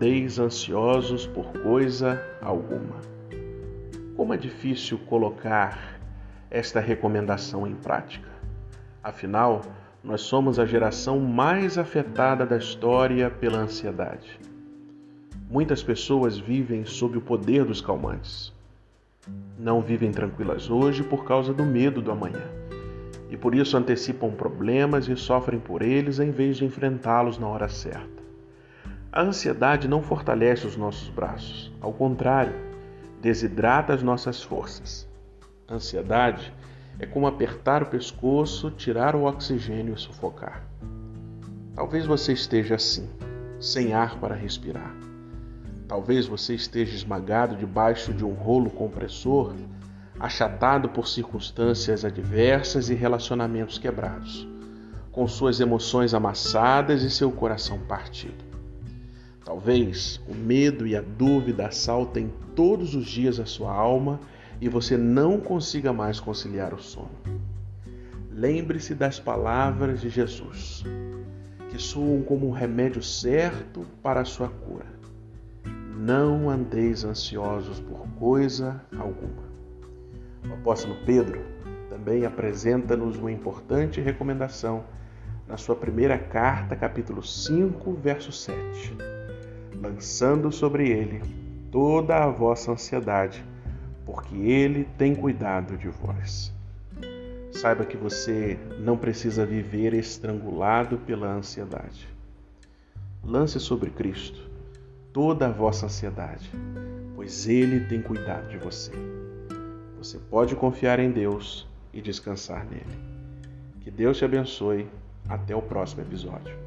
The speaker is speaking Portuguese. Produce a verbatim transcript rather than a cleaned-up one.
andeis ansiosos por coisa alguma. Como é difícil colocar esta recomendação em prática. Afinal, nós somos a geração mais afetada da história pela ansiedade. Muitas pessoas vivem sob o poder dos calmantes. Não vivem tranquilas hoje por causa do medo do amanhã. E por isso antecipam problemas e sofrem por eles em vez de enfrentá-los na hora certa. A ansiedade não fortalece os nossos braços. Ao contrário, desidrata as nossas forças. A ansiedade é como apertar o pescoço, tirar o oxigênio e sufocar. Talvez você esteja assim, sem ar para respirar. Talvez você esteja esmagado debaixo de um rolo compressor, achatado por circunstâncias adversas e relacionamentos quebrados, com suas emoções amassadas e seu coração partido. Talvez o medo e a dúvida assaltem todos os dias a sua alma e você não consiga mais conciliar o sono. Lembre-se das palavras de Jesus, que soam como um remédio certo para a sua cura. Não andeis ansiosos por coisa alguma. O apóstolo Pedro também apresenta-nos uma importante recomendação na sua primeira carta, capítulo cinco, verso sete. Lançando sobre ele toda a vossa ansiedade, porque ele tem cuidado de vós. Saiba que você não precisa viver estrangulado pela ansiedade. Lance sobre Cristo toda a vossa ansiedade, pois ele tem cuidado de você. Você pode confiar em Deus e descansar nele. Que Deus te abençoe. Até o próximo episódio.